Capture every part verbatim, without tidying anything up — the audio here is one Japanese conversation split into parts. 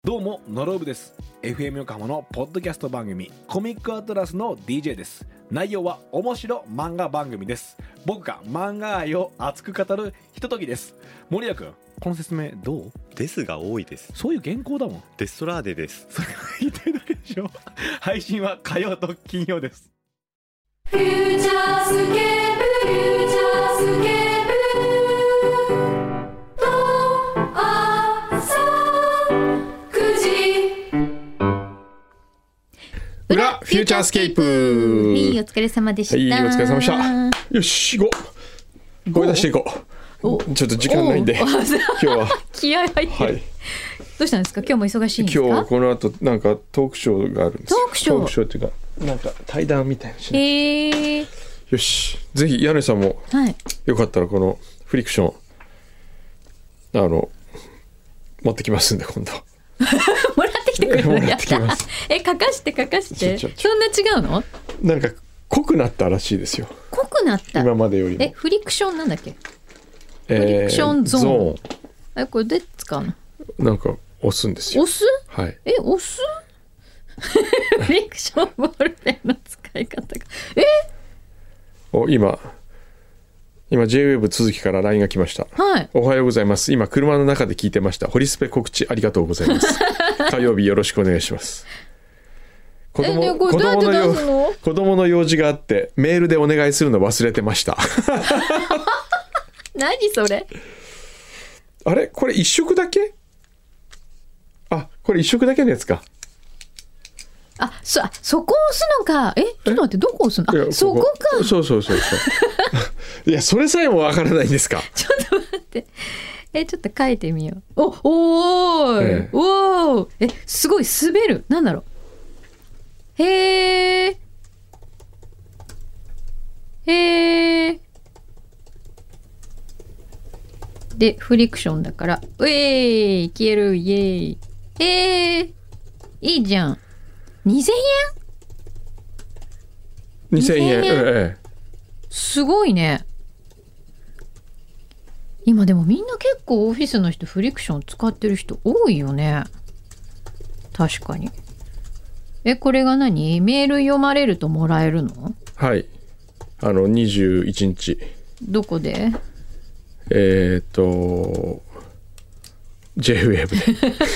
どうもノロブです。 エフエム 横浜のポッドキャスト番組コミックアトラスの ディージェー です。内容は面白漫画番組です。僕が漫画愛を熱く語るひとときです。森谷君、この説明どう？ ですが多いです。 そういう原稿だもん。 デストラーデです。 それが言いたいだけでしょ。配信は火曜と金曜です。 フューチャースケープ、フューチャースケープと朝くじ裏フューチャースケープ。 はい、お疲れ様でした。 はい、お疲れ様でした。よし、行こう。声出していこう。ちょっと時間ないんで今日は気合入ってる、はい、どうしたんですか？今日も忙しいんですか？ 今日この後なんかトークショーがあるんですよ。 トークショー、 トークショーっていうかなんか対談みたいなし、ね、 へー。 よし、ぜひ柳さんも、はい、よかったらこのフリクションあの持ってきますんで今度もらってきてくれるの？ もらってきます。 え、書かして書かしてそんな違うの？ なんか濃くなったらしいですよ。 濃くなった、 今までよりも。え、 フリクションなんだっけ？フリクションゾーン、ゾーン。え、これで使うの？ なんか押すんですよ。 押す？ はい。 え、押す？フリクションボールペンの使い方が。え？ お、今今 ジェイウェーブ 続きから ライン が来ました。 はい。 おはようございます。今車の中で聞いてました。ホリスペ告知ありがとうございます。火曜日よろしくお願いします。子供、 え、これどうやって出すの？ 子供の用事があってメールでお願いするの忘れてました。 何それ？ あれ、これ一色だけ？あ、これ一色だけのやつか。 あ、そ、そこ押すのか。え、ちょっと待って、どこ押すの？あ、そこか。 そうそうそうそう。いや、それさえもわからないんですか？ ちょっと待って。え、ちょっと書いてみよう。お、おーい、ええ、おー、え、すごい滑る。なんだろう。へー。へー。で、フリクションだから、うえー、消える、イエーイ。へー。いいじゃん。にせんえん？ にせんえん、ええ、 すごいね。今でもみんな結構オフィスの人フリクション使ってる人多いよね。確かに。え、これが何？メール読まれるともらえるの？ はい、あのにじゅういちにち。どこで？ えー、っと ジェイウェーブ で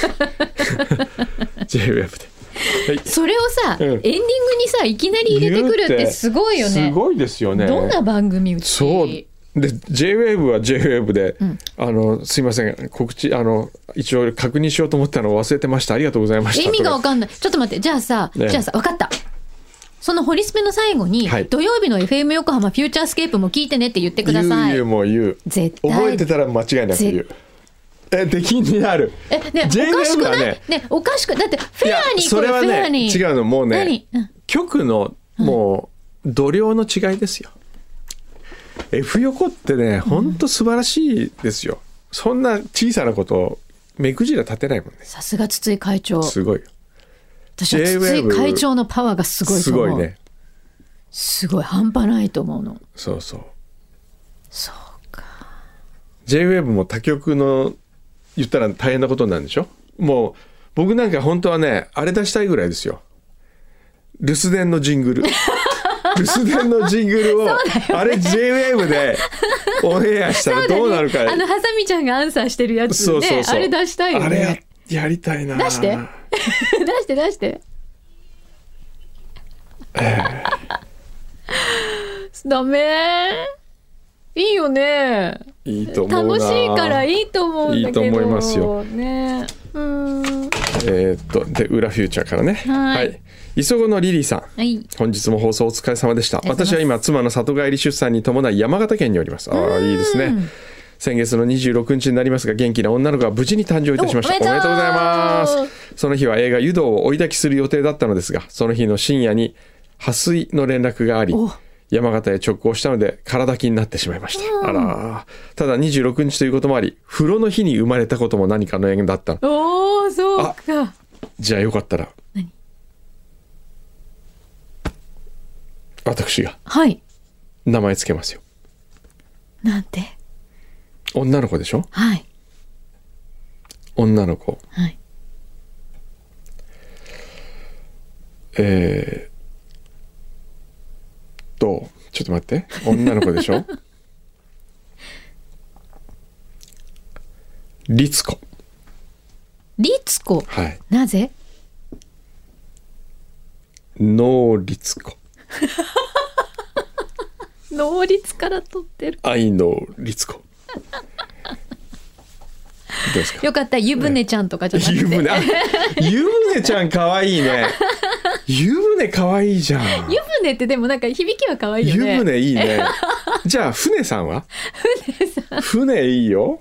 ジェイウェーブ で、はい、 それをさ、うん、エンディングにさいきなり入れてくるってすごいよね。 すごいですよね。 どんな番組？うちそうで ジェイウェーブ は ジェイウェーブ で、うん、あのすいません、告知あの一応確認しようと思ったのを忘れてました。ありがとうございました。 意味が分かんない。ちょっと待って、じゃあさ、ね、じゃあさ、分かった。そのホリスペの最後に、はい、土曜日の エフエム 横浜フューチャースケープも聞いてねって言ってください。 言う言うもう言う。 絶対覚えてたら間違いなく言う。え、出禁になる。 え、ね、おかしくない？ね、ね、おかしくだってフェアにそれはね、フェアに違うの。もうね、 うん、 局のもう度量の違いですよ。うん、F 横ってね、本当素晴らしいですよ。うん、そんな小さなことを目くじら立てないもんね。 さすが筒井会長。 すごいよ。 私は筒井会長のパワーがすごいと思う。 すごいね。 すごい半端ないと思うの。 そうそう。 そうか。 ジェイウェーブ も他局の言ったら大変なことになるんでしょ。もう僕なんか本当はね、あれ出したいぐらいですよ。留守電のジングル。留守電のジングルを、ね、あれ ジェイウェーブ でオンエアしたらどうなるか。ね、 あのハサミちゃんがアンサーしてるやつね。そうそうそう、あれ出したいよね。 あれ や, やりたいな。 出して出して出して。 えー、ダメ？いいよね。 いいと思うな。 楽しいからいいと思うんだけど。 いいと思いますよ。 ね。うーん。 えー、っとで裏フューチャーからね。はい。はい、磯子のリリーさん、はい、本日も放送お疲れ様でした。私は今妻の里帰り出産に伴い山形県におります。ああ、いいですね。先月のにじゅうろくにちになりますが、元気な女の子が無事に誕生いたしました。おめでとうございます。その日は映画湯道を追い抱きする予定だったのですが、その日の深夜に破水の連絡があり、山形へ直行したので空抱きになってしまいました。あら、ただにじゅうろくにちということもあり、風呂の日に生まれたことも何かの縁だった。 おー、そうか。 じゃあよかったら何、 私がはい名前つけますよ。 なんて？ 女の子でしょ。 はい。 女の子、 はい、 えー、とちょっと待って、女の子でしょ律子。 律子、 はい、 なぜ？ 能律子能律から取ってる。 愛の律子。どうですか？ よかった、湯船ちゃんとかじゃなくて、 湯船、あ、湯船ちゃんかわいいね。湯船かわいいじゃん。 湯船ってでもなんか響きはかわいいよね。 湯船いいね。じゃあ船さんは？ 船さん。 船いいよ。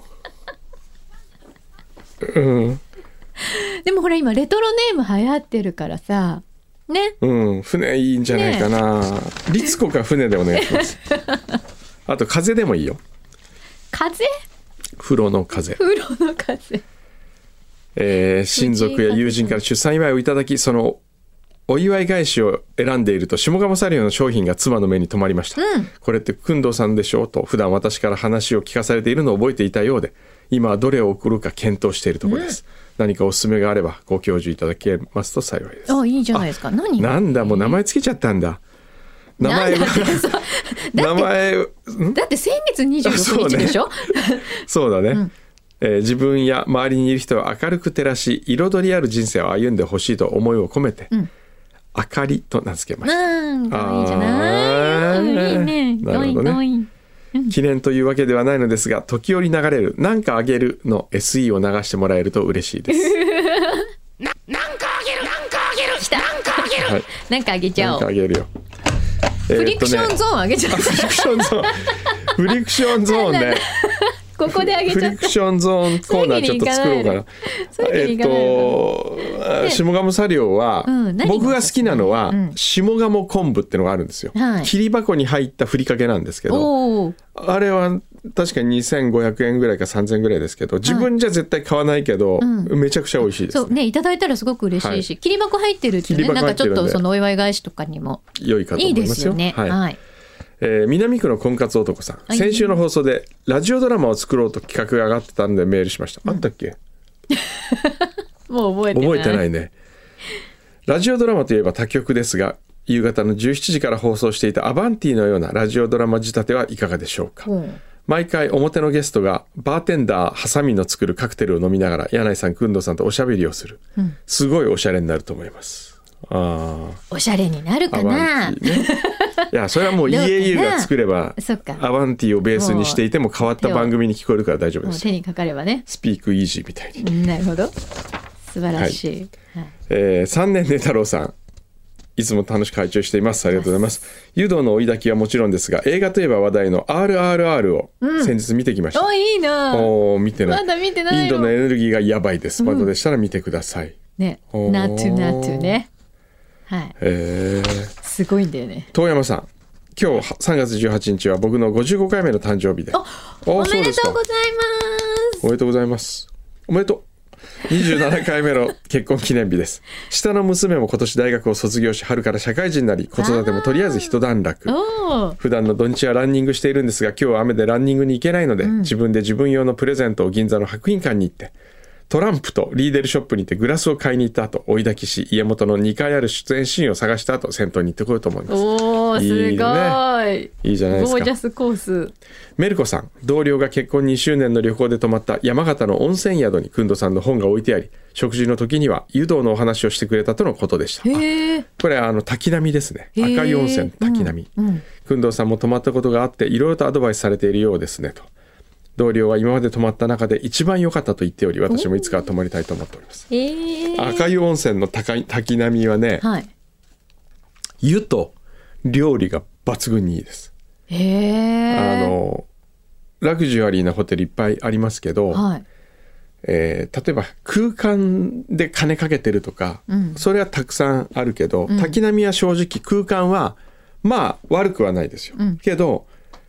うん。 でもほら今レトロネーム流行ってるからさね。 うん、船いいんじゃないかな。律子か船でお願いします。あと風でもいいよ。 風？ 風呂の風。 風呂の風。 えー、親族や友人から出産祝いをいただき、そのお祝い返しを選んでいると下鴨サリオの商品が妻の目に留まりました、うん、これって工藤さんでしょうと普段私から話を聞かされているのを覚えていたようで、今はどれを送るか検討しているところです、うん、何かおすすめがあればご教授いただけますと幸いです。 あ、いいじゃないですか。何？ なんだ、もう名前つけちゃったんだ。名前は名前だって先月にじゅうろくにちでしょ。 そうだね、うん、えー、自分や周りにいる人を明るく照らし彩りある人生を歩んでほしいと思いを込めて、うん、あかりと名付けました。 うん、かわいいじゃない。いいね。 なるほどね。うん、記念というわけではないのですが、時折流れるなんかあげるの エスイー を流してもらえると嬉しいです。 な、なんかあげる、なんかあげる、来た、なんかあげる、はい、なんかあげちゃおう。 なんかあげるよ。 フリクションゾーンあげちゃった。 フリクションゾーン。フリクションゾーンね。 ここであげちゃった。 フリクションゾーンコーナーちょっと作ろうかな。えっと、下鴨サリオは、うん、僕が好きなのは、うん、下鴨昆布ってのがあるんですよ、はい、切り箱に入ったふりかけなんですけど、あれは確かににせんごひゃくえんぐらいかさんぜんえんぐらいですけど、自分じゃ絶対買わないけど、うん、めちゃくちゃ美味しいです、ね、 そうね、いただいたらすごく嬉しいし、はい、切り箱入ってるってね、なんかちょっとそのお祝い返しとかにも良いかと思いますよ。いいですよね。はい、はい、えー、南区の婚活男さん、はい、先週の放送でラジオドラマを作ろうと企画が上がってたんでメールしました、うん、あったっけ？ もう覚えてない。 覚えてないね。ラジオドラマといえば他局ですが、夕方のじゅうしちじから放送していたアバンティのようなラジオドラマ仕立てはいかがでしょうか、うん、毎回表のゲストがバーテンダーハサミの作るカクテルを飲みながら柳井さん、工藤さんとおしゃべりをする、うん、すごいおしゃれになると思います。あ、 おしゃれになるかな、ね、 いやそれはもう イーエーユー が作ればアバンティをベースにしていても変わった番組に聞こえるから大丈夫です。 手にかかればね、 スピークイージーみたいに。 なるほど、素晴らしい、 はい、えー、さんねんね太郎さん、いつも楽しく拝聴しています。ありがとうございます。湯道の追い焚きはもちろんですが、映画といえば話題の アールアールアール を先日見てきました、うん、 おいいな。 お見てない。 まだ見てないよ。 インドのエネルギーがやばいです、うん、まだでしたら見てくださいね。ナトゥナトゥね、はい、 えー、 すごいんだよね。 遠山さん、今日さんがつじゅうはちにちは僕のごじゅうごかいめの誕生日で、 お, おめでとうございます。 おめでとうございます。おめでとう。にじゅうななかいめの結婚記念日です。下の娘も今年大学を卒業し、春から社会人になり、子育てもとりあえず一段落。普段の土日はランニングしているんですが、今日は雨でランニングに行けないので、うん、自分で自分用のプレゼントを銀座の博品館に行って、トランプとリーデルショップに行ってグラスを買いに行った後、追い焚きし、家元のにかいある出演シーンを探した後、銭湯に行ってこようと思います。 おー、すごい、ね、いいじゃないですか。ゴージャスコース。 メルコさん、同僚が結婚にしゅうねんの旅行で泊まった山形の温泉宿に工藤さんの本が置いてあり、食事の時には湯道のお話をしてくれたとのことでした。 へー、 これあの滝波ですね。赤い温泉滝波、うんうん、工藤さんも泊まったことがあっていろいろとアドバイスされているようですねと。同僚は今まで泊まった中で一番良かったと言っており、私もいつか泊まりたいと思っております。 えー、 赤湯温泉の滝波はね、はい、湯と料理が抜群にいいです。 へー、 あのラグジュアリーなホテルいっぱいありますけど、はい、えー、例えば空間で金かけてるとか、うん、それはたくさんあるけど、うん、滝波は正直空間はまあ悪くはないですよ、うん、けど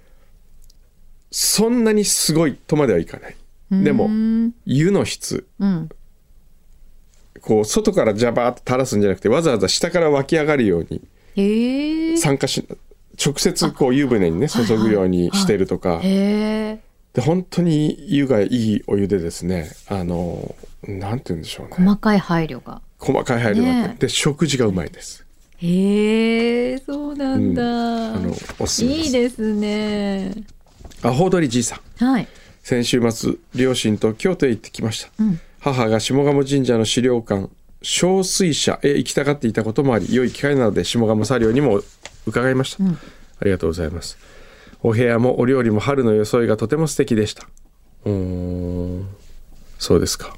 そんなにすごいとまではいかない。でも湯の質、うん、こう外からジャバーっと垂らすんじゃなくて、わざわざ下から湧き上がるように参加し、直接こう湯船にね注ぐようにしてるとか、はいはいはい、で本当に湯がいいお湯でですね、あのなんて言うんでしょうね、 細かい配慮が細かい配慮があって、ね、で食事がうまいです。 へえ、そうなんだ、うん、 あのおすすめです。 いいですね。 アホ鳥じいさん、 はい、 先週末両親と京都へ行ってきました、うん、母が下鴨神社の資料館小水社へ行きたがっていたこともあり、良い機会なので下鴨茶寮にも伺いました、うん、ありがとうございます。お部屋もお料理も春の装いがとても素敵でした。うーん、そうですか。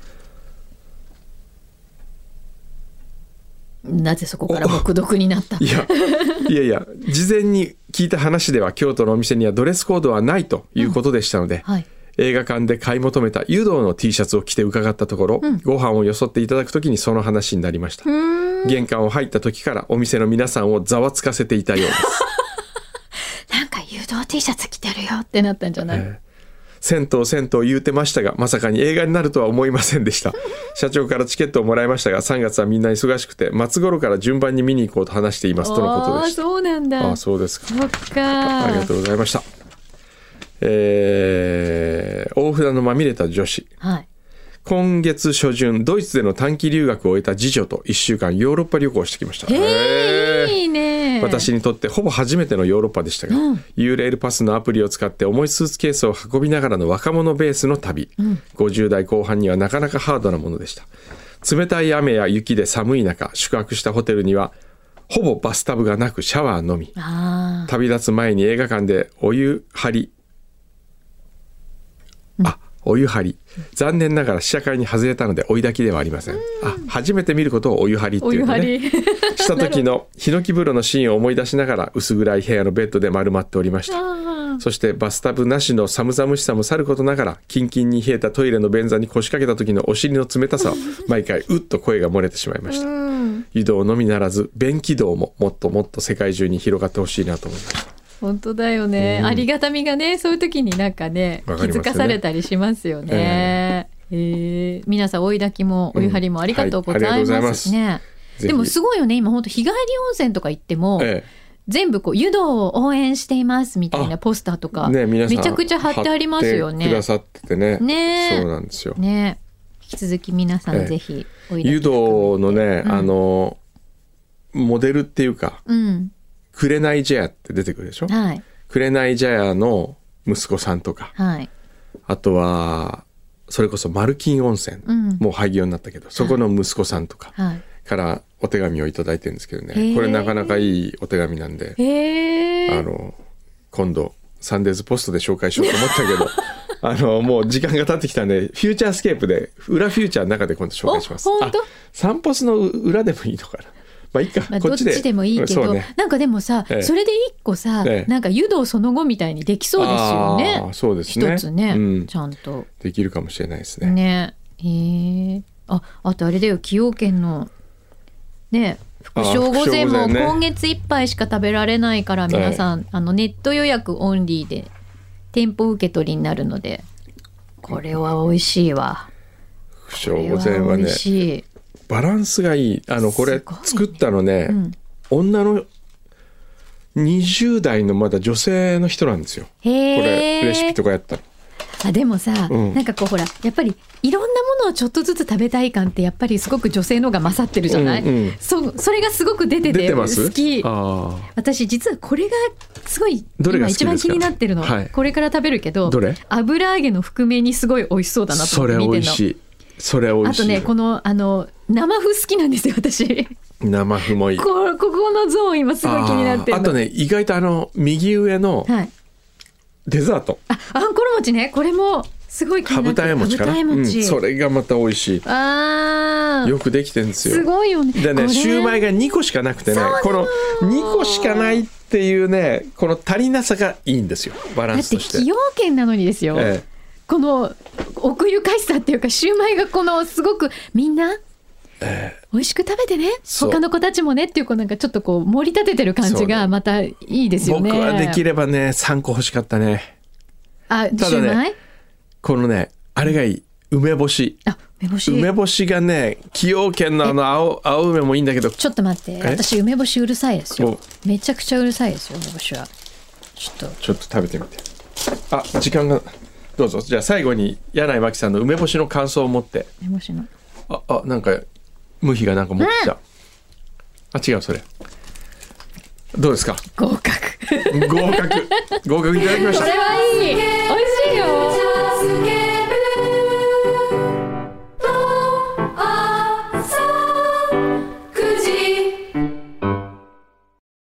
なぜそこから黙読になったいやいやいや、事前に聞いた話では京都のお店にはドレスコードはないということでしたので、うん、はい、映画館で買い求めた湯道の T シャツを着て伺ったところ、うん、ご飯をよそっていただくときにその話になりました。玄関を入った時からお店の皆さんをざわつかせていたようですなんか湯道 T シャツ着てるよってなったんじゃない、えー銭湯銭湯言うてましたが、まさかに映画になるとは思いませんでした社長からチケットをもらいましたが、さんがつはみんな忙しくて末頃から順番に見に行こうと話していますとのことでした。 あ、そうなんだ。 あ、そうですか。 そっか、 ありがとうございました。えー、大船のまみれた女子、はい、今月初旬ドイツでの短期留学を終えた次女といっしゅうかんヨーロッパ旅行してきました。 へー、いいね。 私にとってほぼ初めてのヨーロッパでしたが、うん、ユーレールパスのアプリを使って重いスーツケースを運びながらの若者ベースの旅、うん、ごじゅう代後半にはなかなかハードなものでした。冷たい雨や雪で寒い中、宿泊したホテルにはほぼバスタブがなくシャワーのみ。あ、旅立つ前に映画館でお湯張り、うん、あお湯張り、残念ながら試写会に外れたので追い焚きではありません。あ、初めて見ることをお湯張りっていうのねした時のヒノキ風呂のシーンを思い出しながら薄暗い部屋のベッドで丸まっておりました。そしてバスタブなしの寒々しさもさることながら、キンキンに冷えたトイレの便座に腰掛けた時のお尻の冷たさを毎回うっと声が漏れてしまいました湯道のみならず便気道ももっともっと世界中に広がってほしいなと思いました。 本当だよね、うん、ありがたみがね、そういう時になんかね、気づかされたりしますよね。えーえー、皆さん追い焚きもお湯張りもありがとうございますね、うん、はい、でもすごいよね、今本当日帰り温泉とか行っても、ええ、全部こう湯道を応援していますみたいなポスターとか、ね、めちゃくちゃ貼ってありますよね。 貼ってくださっててね、 ね、 そうなんですよね。引き続き皆さんぜひ追い焚き、湯道のね、うん、あのモデルっていうか、うん、紅茶屋って出てくるでしょ、はい、紅茶屋の息子さんとか、はい、あとはそれこそマルキン温泉、うん、もう廃業になったけどそこの息子さんとかからお手紙をいただいてるんですけどね、はい、これなかなかいいお手紙なんで、あの今度サンデーズポストで紹介しようと思ったけどあのもう時間が経ってきたんでフューチャースケープで裏フューチャーの中で今度紹介します。あ、サンポスの裏でもいいのかな、まあいいか、 まあ、どっちでもいいけど、ね、なんかでもさ、ええ、それで一個さ、ええ、なんか湯道その後みたいにできそうですよね。 あ、そうですね、 一つね、 うん、 ちゃんとできるかもしれないですね。 ね、えー、あ、あとあれだよ、崎陽軒のね、福正御前も今月いっぱいしか食べられないから、皆さん、ええ、あのネット予約オンリーで店舗受け取りになるので、これは美味しいわ。 福正御前はね、バランスがいい。あのこれ作ったのね、うん、女のにじゅう代のまだ女性の人なんですよ。これレシピとかやったの。 あ、でもさ、うん、なんかこうほらやっぱりいろんなものをちょっとずつ食べたい感ってやっぱりすごく女性の方が勝ってるじゃない、うんうん、そ, それがすごく出てて好き。あ、私実はこれがすごい今一番気になってるの、はい、これから食べるけど、どれ？油揚げの含めにすごい美味しそうだなと思って見てるの。それ美味しい。それ美味しい。あとね、このあの生麩好きなんですよ私。生麩もいい。こ, ここのゾーン今すごい気になってるの。 あ, あとね、意外とあの右上のデザート、はい、あ, あんころ餅ね、これもすごい気になってる。羽二重餅かな、うん、それがまた美味しい。あ、よくできてるんですよ。すごいよね。でね、シューマイがにこしかなくてね、このにこしかないっていうね、この足りなさがいいんですよ、バランスとして。だって崎陽軒なのにですよ、ええ、この奥ゆかしさっていうか、シューマイがこのすごくみんな、えー、美味しく食べてね、他の子たちもねっていう、こうなんかちょっとこう盛り立ててる感じがまたいいですよね。僕はできればねさんこ欲しかったね。あ、ただね、シューマイこのね、あれがいい、梅干し。あ、梅干し、梅干しがね、崎陽軒のあの 青, 青梅もいいんだけど、ちょっと待って、私梅干しうるさいですよ。めちゃくちゃうるさいですよ、梅干しは。ちょっとちょっと食べてみて。あ、時間が、どうぞ。じゃあ最後に柳井真紀さんの梅干しの感想を持って。梅干しの、ああ、なんか無比がなんか持ってきた、 あ、違う、それ。どうですか？ 合格。 合格。合格いただきました。 これはいい。美味し